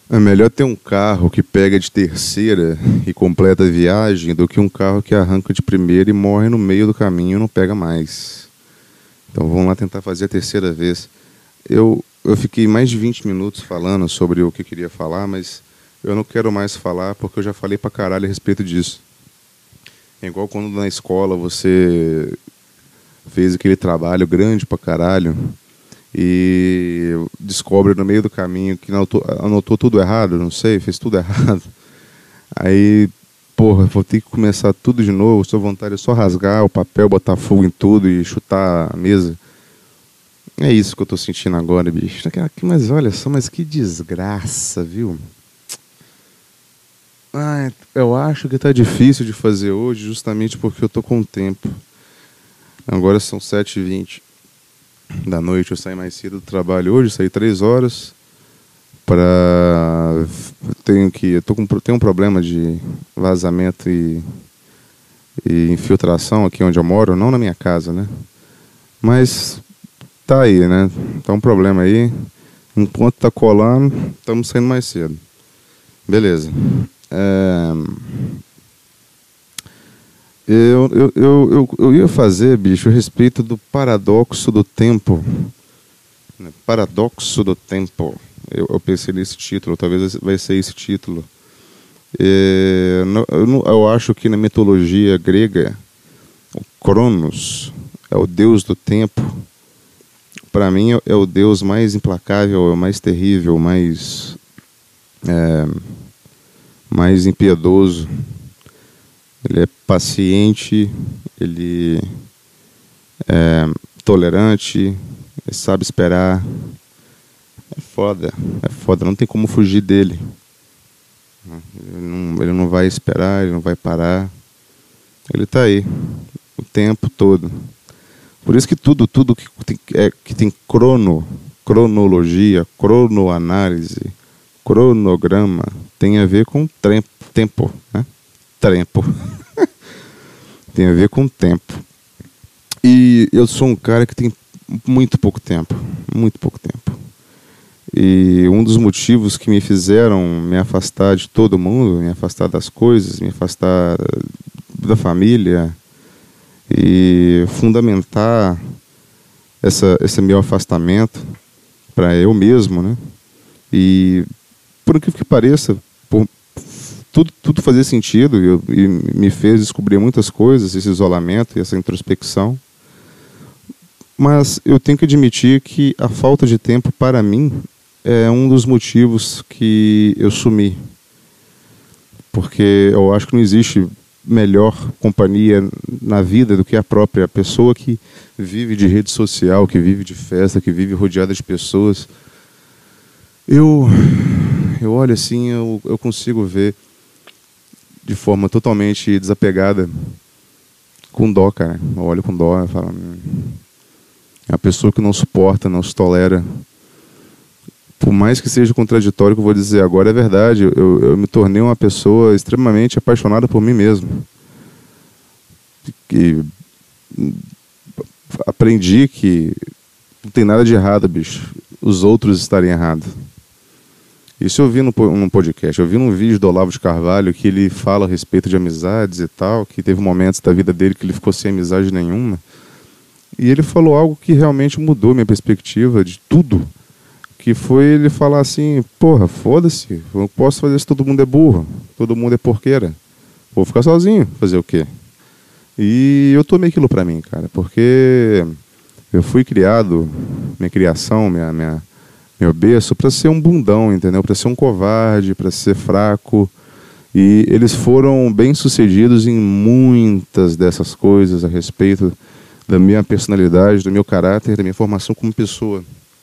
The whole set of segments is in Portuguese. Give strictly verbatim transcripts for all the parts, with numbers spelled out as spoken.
É melhor ter um carro que pega de terceira e completa a viagem do que um carro que arranca de primeira e morre no meio do caminho e não pega mais. Então vamos lá tentar fazer a terceira vez. Eu, eu fiquei mais de vinte minutos falando sobre o que eu queria falar, mas eu não quero mais falar porque eu já falei pra caralho a respeito disso. É igual quando na escola você fez aquele trabalho grande pra caralho e descobre no meio do caminho que anotou, anotou tudo errado, não sei, fez tudo errado. Aí, porra, vou ter que começar tudo de novo. Sua vontade é só rasgar o papel, botar fogo em tudo e chutar a mesa. É isso que eu tô sentindo agora, bicho. Mas olha só, mas que desgraça, viu? Ah, eu acho que tá difícil de fazer hoje justamente porque eu tô com tempo. Agora são sete e vinte da noite, eu saí mais cedo do trabalho hoje, saí três horas para tenho que eu tô com tenho um problema de vazamento e, e infiltração aqui onde eu moro, não na minha casa, né? Mas tá aí, né? Tá um problema aí. Enquanto tá colando, estamos saindo mais cedo. Beleza. É... Eu, eu, eu, eu, eu ia fazer, bicho, a respeito do paradoxo do tempo. Paradoxo do tempo. Eu, eu pensei nesse título, talvez vai ser esse título. É, eu, eu acho que na mitologia grega, o Cronos é o deus do tempo. Para mim, é o deus mais implacável, mais terrível, mais, é, mais impiedoso. Ele é paciente, ele é tolerante, ele sabe esperar. É foda, é foda, não tem como fugir dele. Ele não, ele não vai esperar, ele não vai parar. Ele está aí, o tempo todo. Por isso que tudo, tudo que tem, é, que tem crono, cronologia, cronoanálise, cronograma, tem a ver com tempo, tempo, né? Tempo. Tem a ver com tempo. E eu sou um cara que tem muito pouco tempo. Muito pouco tempo. E um dos motivos que me fizeram me afastar de todo mundo, me afastar das coisas, me afastar da família e fundamentar essa, esse meu afastamento para eu mesmo, né? E por incrível que pareça, por Tudo, tudo fazia sentido eu, e me fez descobrir muitas coisas, esse isolamento e essa introspecção. Mas eu tenho que admitir que a falta de tempo, para mim, é um dos motivos que eu sumi. Porque eu acho que não existe melhor companhia na vida do que a própria pessoa que vive de rede social, que vive de festa, que vive rodeada de pessoas. Eu, eu olho assim, eu, eu consigo ver de forma totalmente desapegada, com dó, cara. Eu olho com dó e falo, é uma pessoa que não suporta, não se tolera. Por mais que seja contraditório o que eu vou dizer agora, é verdade. Eu, eu me tornei uma pessoa extremamente apaixonada por mim mesmo. E aprendi que não tem nada de errado, bicho. Os outros estarem errados. Isso eu vi num, num podcast, eu vi num vídeo do Olavo de Carvalho que ele fala a respeito de amizades e tal, que teve momentos da vida dele que ele ficou sem amizade nenhuma. E ele falou algo que realmente mudou minha perspectiva de tudo. Que foi ele falar assim, porra, foda-se, eu não posso fazer isso, todo mundo é burro, todo mundo é porqueira. Vou ficar sozinho, fazer o quê? E eu tomei aquilo pra mim, cara, porque eu fui criado, minha criação, minha... minha meu berço, para ser um bundão, entendeu? Para ser um covarde, para ser fraco. E eles foram bem-sucedidos em muitas dessas coisas a respeito da minha personalidade, do meu caráter, da minha formação como pessoa.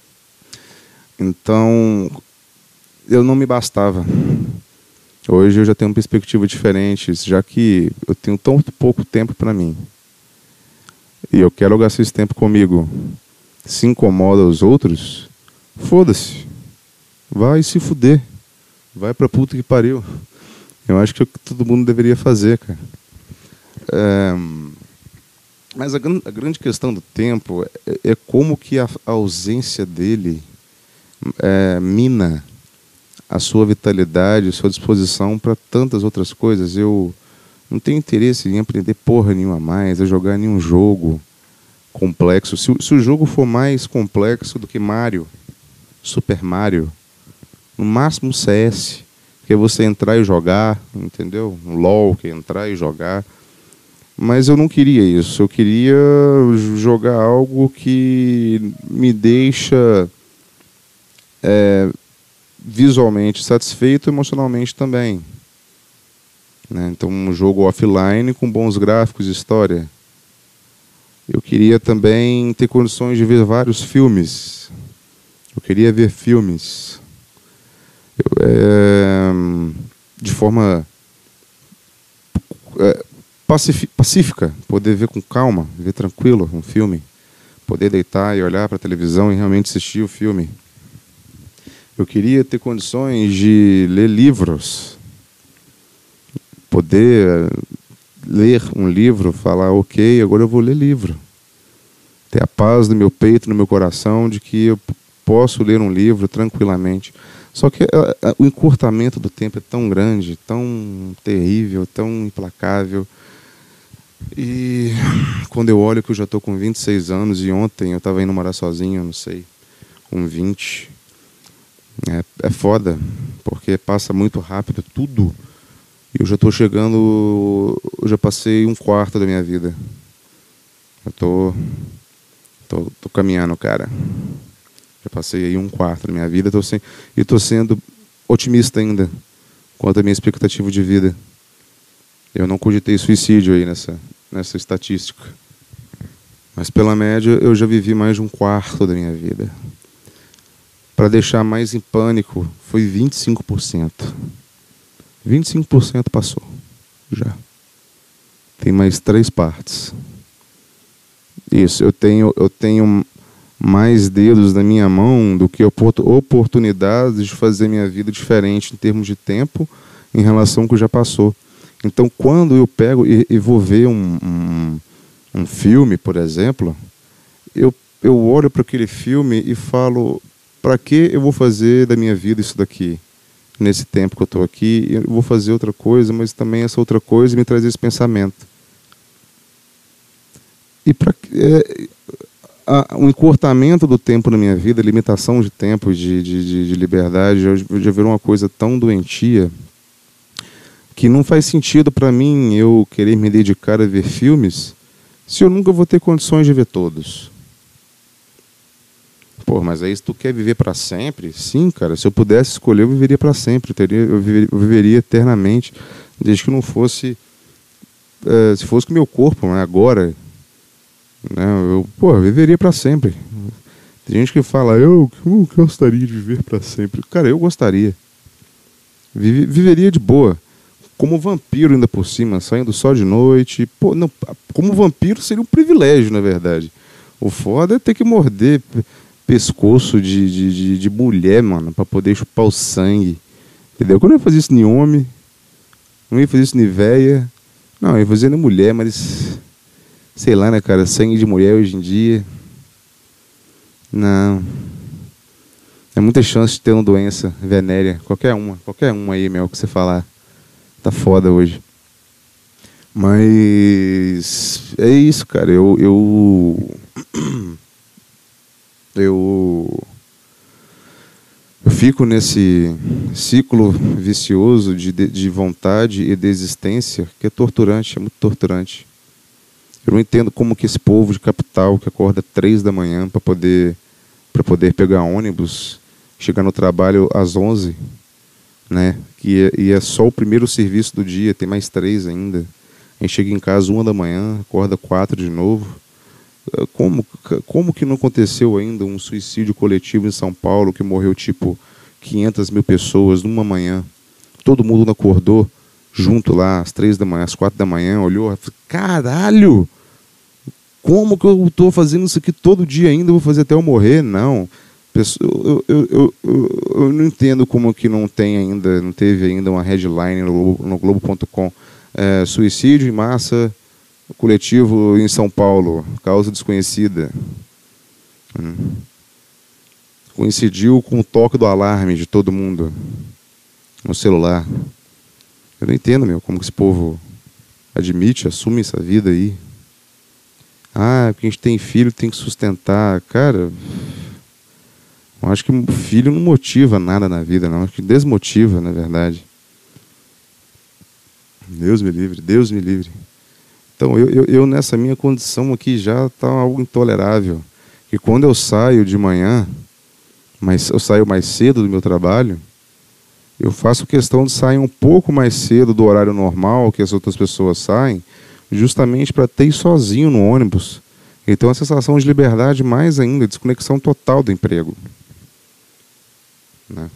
Então, eu não me bastava. Hoje eu já tenho uma perspectiva diferente, já que eu tenho tão pouco tempo para mim. E eu quero gastar esse tempo comigo. Se incomoda os outros... Foda-se. Vai se fuder. Vai pra puta que pariu. Eu acho que é o que todo mundo deveria fazer, cara. É... Mas a, a grande questão do tempo é, é como que a, a ausência dele é, mina a sua vitalidade, a sua disposição para tantas outras coisas. Eu não tenho interesse em aprender porra nenhuma a mais, a jogar nenhum jogo complexo. Se, se o jogo for mais complexo do que Mario, Super Mario, no máximo C S, que é você entrar e jogar, entendeu? Um LOL, que é entrar e jogar. Mas eu não queria isso. Eu queria jogar algo que me deixa é, visualmente satisfeito, emocionalmente também. Né? Então, um jogo offline com bons gráficos e história. Eu queria também ter condições de ver vários filmes. Eu queria ver filmes eu, é, de forma é, pacífica, poder ver com calma, ver tranquilo um filme, poder deitar e olhar para a televisão e realmente assistir o filme. Eu queria ter condições de ler livros, poder ler um livro, falar, ok, agora eu vou ler livro. Ter a paz no meu peito, no meu coração, de que eu posso ler um livro tranquilamente. Só que a, a, o encurtamento do tempo é tão grande, tão terrível, tão implacável. E quando eu olho que eu já estou com vinte e seis anos e ontem eu estava indo morar sozinho, não sei, com vinte, é, é foda, porque passa muito rápido tudo. E eu já estou chegando, eu já passei um quarto da minha vida. Eu tô, tô, tô caminhando, cara. Já passei aí um quarto da minha vida tô sem, e estou sendo otimista ainda quanto à minha expectativa de vida. Eu não cogitei suicídio aí nessa, nessa estatística. Mas pela média eu já vivi mais de um quarto da minha vida. Para deixar mais em pânico, foi vinte e cinco por cento. vinte e cinco por cento passou. Já. Tem mais três partes. Isso, eu tenho, eu tenho mais dedos na minha mão do que oportunidades de fazer minha vida diferente em termos de tempo em relação ao que já passou. Então, quando eu pego e, e vou ver um, um, um filme, por exemplo, eu, eu olho para aquele filme e falo, para que eu vou fazer da minha vida isso daqui? Nesse tempo que eu estou aqui, eu vou fazer outra coisa, mas também essa outra coisa me traz esse pensamento. E para é, o encurtamento do tempo na minha vida, a limitação de tempo, de, de, de liberdade, já, já virou uma coisa tão doentia que não faz sentido para mim eu querer me dedicar a ver filmes se eu nunca vou ter condições de ver todos. Pô, mas aí se tu quer viver para sempre, sim, cara, se eu pudesse escolher, eu viveria para sempre, eu, teria, eu, viveria, eu viveria eternamente, desde que não fosse, é, se fosse com o meu corpo, né, agora, né, eu, pô, eu viveria para sempre. Tem gente que fala, eu, eu gostaria de viver para sempre. Cara, eu gostaria. Vive, viveria de boa. Como vampiro ainda por cima, saindo só de noite. Pô, não, como vampiro seria um privilégio, na verdade. O foda é ter que morder pescoço de, de, de, de mulher, mano, pra poder chupar o sangue. Entendeu? Quando eu ia fazer isso em homem, não ia fazer isso em véia. Não, eu ia fazer em mulher, mas... Sei lá, né, cara? Sangue de mulher hoje em dia... Não... É muita chance de ter uma doença venérea. Qualquer uma. Qualquer uma aí, meu, que você falar. Tá foda hoje. Mas... É isso, cara. Eu... Eu... Eu... Eu fico nesse ciclo vicioso de, de vontade e desistência que é torturante, é muito torturante. Eu não entendo como que esse povo de capital que acorda três da manhã para poder, para poder pegar ônibus, chegar no trabalho às onze, né? Que é, e é só o primeiro serviço do dia, tem mais três ainda. A gente chega em casa uma da manhã, acorda quatro de novo. Como, como que não aconteceu ainda um suicídio coletivo em São Paulo que morreu tipo quinhentas mil pessoas numa manhã? Todo mundo acordou junto lá às três da manhã, às quatro da manhã, olhou e falou, caralho, como que eu estou fazendo isso aqui todo dia ainda? Vou fazer até eu morrer? Não. Eu, eu, eu, eu, eu não entendo como que não tem ainda, não teve ainda uma headline no Globo ponto com. É, suicídio em massa coletivo em São Paulo, causa desconhecida. Hum. Coincidiu com o toque do alarme de todo mundo. no celular. Eu não entendo, meu, como que esse povo admite, assume essa vida aí. Ah, porque a gente tem filho, tem que sustentar. Cara, eu acho que o filho não motiva nada na vida, não. Acho que desmotiva, na verdade. Deus me livre, Deus me livre. Então, eu, eu, eu nessa minha condição aqui já está algo intolerável. E quando eu saio de manhã, mas eu saio mais cedo do meu trabalho, eu faço questão de sair um pouco mais cedo do horário normal que as outras pessoas saem, justamente para ter ir sozinho no ônibus. Então, a sensação de liberdade mais ainda, desconexão total do emprego. Né?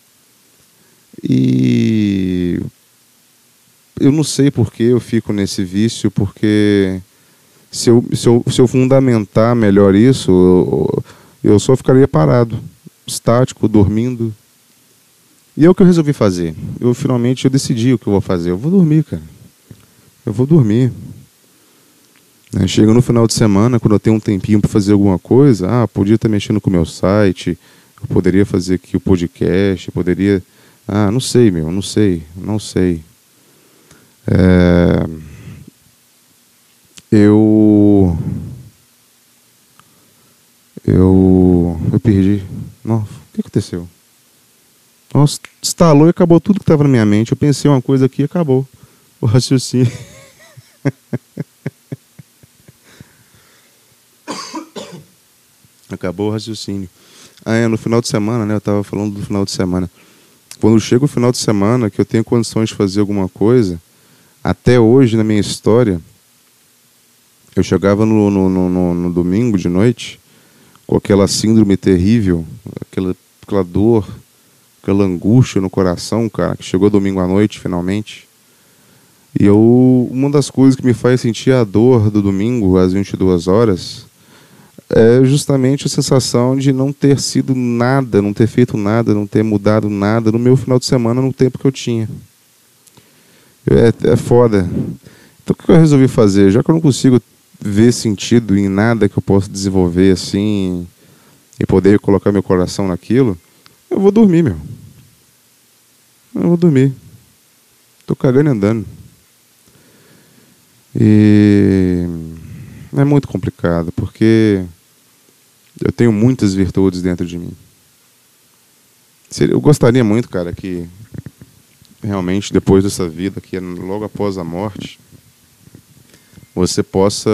E eu não sei por que eu fico nesse vício, porque se eu, se eu, se eu fundamentar melhor isso, eu, eu só ficaria parado, estático, dormindo. E é o que eu resolvi fazer. Eu finalmente eu decidi o que eu vou fazer. Eu vou dormir, cara. Eu vou dormir. Né? Chega no final de semana, quando eu tenho um tempinho para fazer alguma coisa, ah, podia estar mexendo com o meu site, eu poderia fazer aqui o podcast, poderia... Ah, não sei, meu, não sei, não sei. É... Eu... Eu... Eu perdi. Nossa, o que aconteceu? Nossa, estalou e acabou tudo que estava na minha mente. Eu pensei uma coisa aqui e acabou. O raciocínio. Acabou o raciocínio. Ah, é, no final de semana, né? Eu estava falando do final de semana. Quando chega o final de semana, que eu tenho condições de fazer alguma coisa, até hoje na minha história, eu chegava no, no, no, no domingo de noite com aquela síndrome terrível, aquela, aquela dor, aquela angústia no coração, cara, que chegou domingo à noite, finalmente. E eu, uma das coisas que me faz sentir a dor do domingo às vinte e duas horas é justamente a sensação de não ter sido nada, não ter feito nada, não ter mudado nada no meu final de semana no tempo que eu tinha. É, é foda. Então o que eu resolvi fazer? Já que eu não consigo ver sentido em nada que eu possa desenvolver assim e poder colocar meu coração naquilo, eu vou dormir, meu. Eu vou dormir. Tô cagando e andando. E é muito complicado, porque eu tenho muitas virtudes dentro de mim. Eu gostaria muito, cara, que realmente depois dessa vida, que é logo após a morte, você possa,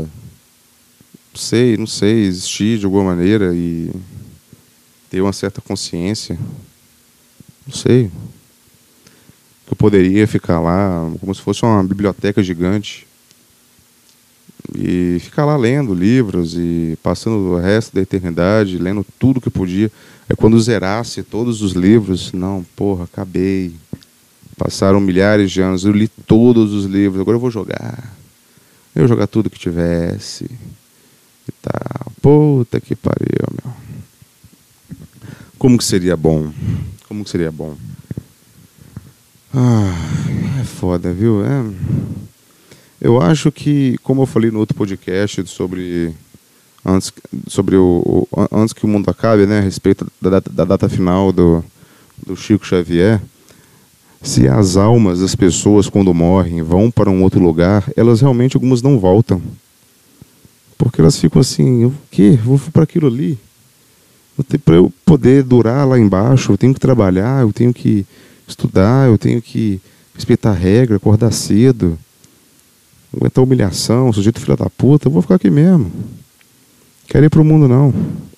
sei, não sei, existir de alguma maneira e ter uma certa consciência. Não sei. Que eu poderia ficar lá como se fosse uma biblioteca gigante e ficar lá lendo livros e passando o resto da eternidade, lendo tudo que podia. É quando zerasse todos os livros, não, porra, acabei. Passaram milhares de anos, eu li todos os livros, agora eu vou jogar. Eu vou jogar tudo que tivesse e tal. Puta que pariu, meu. Como que seria bom? Como que seria bom? Ah, é foda, viu? É... Eu acho que, como eu falei no outro podcast sobre antes, sobre o, o antes que o mundo acabe, né, a respeito da data, da data final do, do Chico Xavier, se as almas das pessoas quando morrem vão para um outro lugar, elas realmente algumas não voltam, porque elas ficam assim, o quê? Vou para aquilo ali? Para eu poder durar lá embaixo, eu tenho que trabalhar, eu tenho que estudar, eu tenho que respeitar a regra, acordar cedo, aguentar humilhação, sujeito filho da puta, eu vou ficar aqui mesmo. Quero ir pro mundo, não.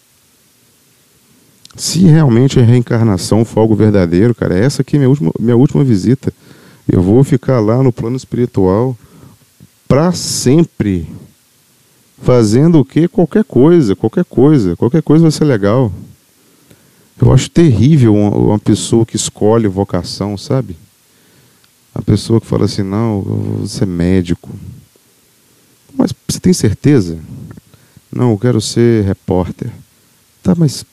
Se realmente a reencarnação for algo verdadeiro, cara, essa aqui é minha última, minha última visita. Eu vou ficar lá no plano espiritual para sempre, fazendo o quê? Qualquer coisa, qualquer coisa, qualquer coisa vai ser legal. Eu acho terrível uma, uma pessoa que escolhe vocação, sabe? A pessoa que fala assim, não, eu vou ser médico. Mas você tem certeza? Não, eu quero ser repórter. Tá, mas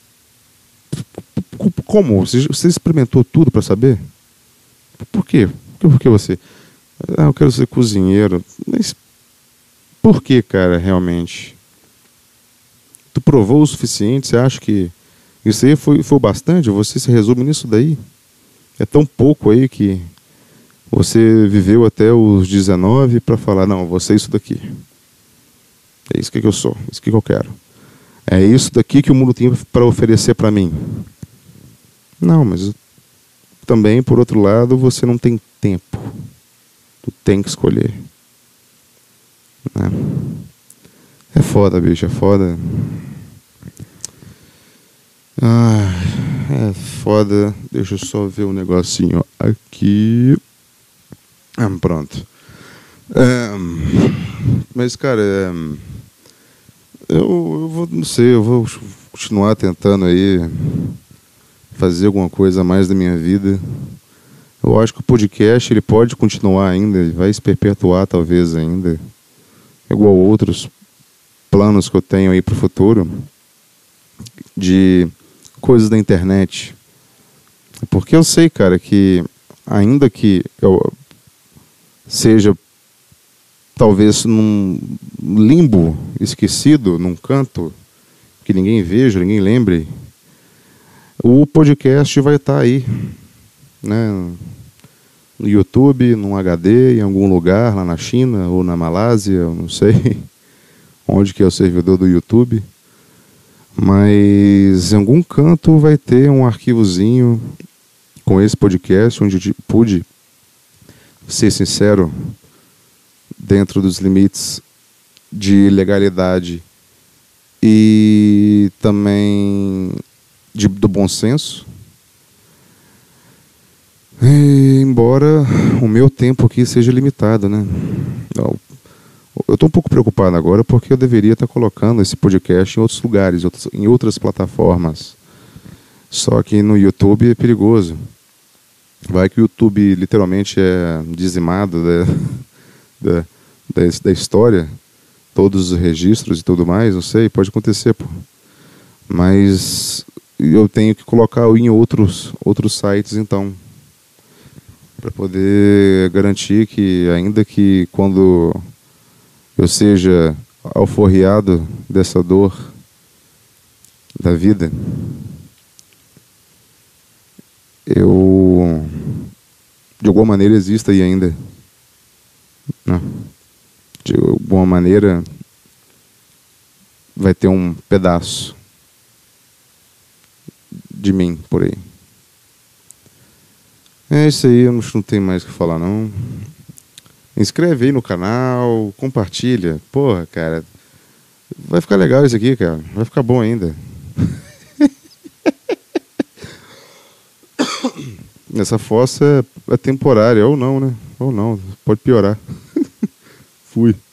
como? Você, você experimentou tudo para saber? Por quê? Por que você? Ah, eu quero ser cozinheiro. Mas por que, cara, realmente? Tu provou o suficiente? Você acha que isso aí foi, foi bastante? Você se resume nisso daí? É tão pouco aí que você viveu até os dezenove para falar, não, vou ser isso daqui. É isso que eu sou, é isso que eu quero. É isso daqui que o mundo tem para oferecer para mim. Não, mas também, por outro lado, você não tem tempo. Tu tem que escolher. Né? É foda, bicho, é foda. Ah, é foda. Deixa eu só ver um negocinho aqui. Ah, pronto. É, mas, cara, é, eu, eu vou, não sei, eu vou continuar tentando aí fazer alguma coisa a mais da minha vida. Eu acho que o podcast ele pode continuar ainda, ele vai se perpetuar talvez ainda, igual outros planos que eu tenho aí para o futuro, de coisas da internet. Porque eu sei, cara, que ainda que eu seja talvez num limbo esquecido, num canto que ninguém veja, ninguém lembre, o podcast vai estar aí, né? No YouTube, num H D, em algum lugar, lá na China ou na Malásia, eu não sei onde que é o servidor do YouTube, mas em algum canto vai ter um arquivozinho com esse podcast, onde eu pude ser sincero dentro dos limites de legalidade e também de, do bom senso. E, embora o meu tempo aqui seja limitado, né? Eu estou um pouco preocupado agora porque eu deveria estar colocando esse podcast em outros lugares, em outras plataformas. Só que no YouTube é perigoso. Vai que o YouTube literalmente é dizimado da, da, da, da história, todos os registros e tudo mais, não sei, pode acontecer, pô. Mas eu tenho que colocar em outros, outros sites, então, para poder garantir que, ainda que quando eu seja alforriado dessa dor da vida, eu de alguma maneira exista aí ainda, né? De alguma maneira vai ter um pedaço de mim por aí. É isso aí, eu não tenho mais o que falar não. Inscreve aí no canal, compartilha. Porra, cara, vai ficar legal isso aqui, cara. Vai ficar bom ainda. Essa fossa é temporária, ou não, né? Ou não, pode piorar. Fui.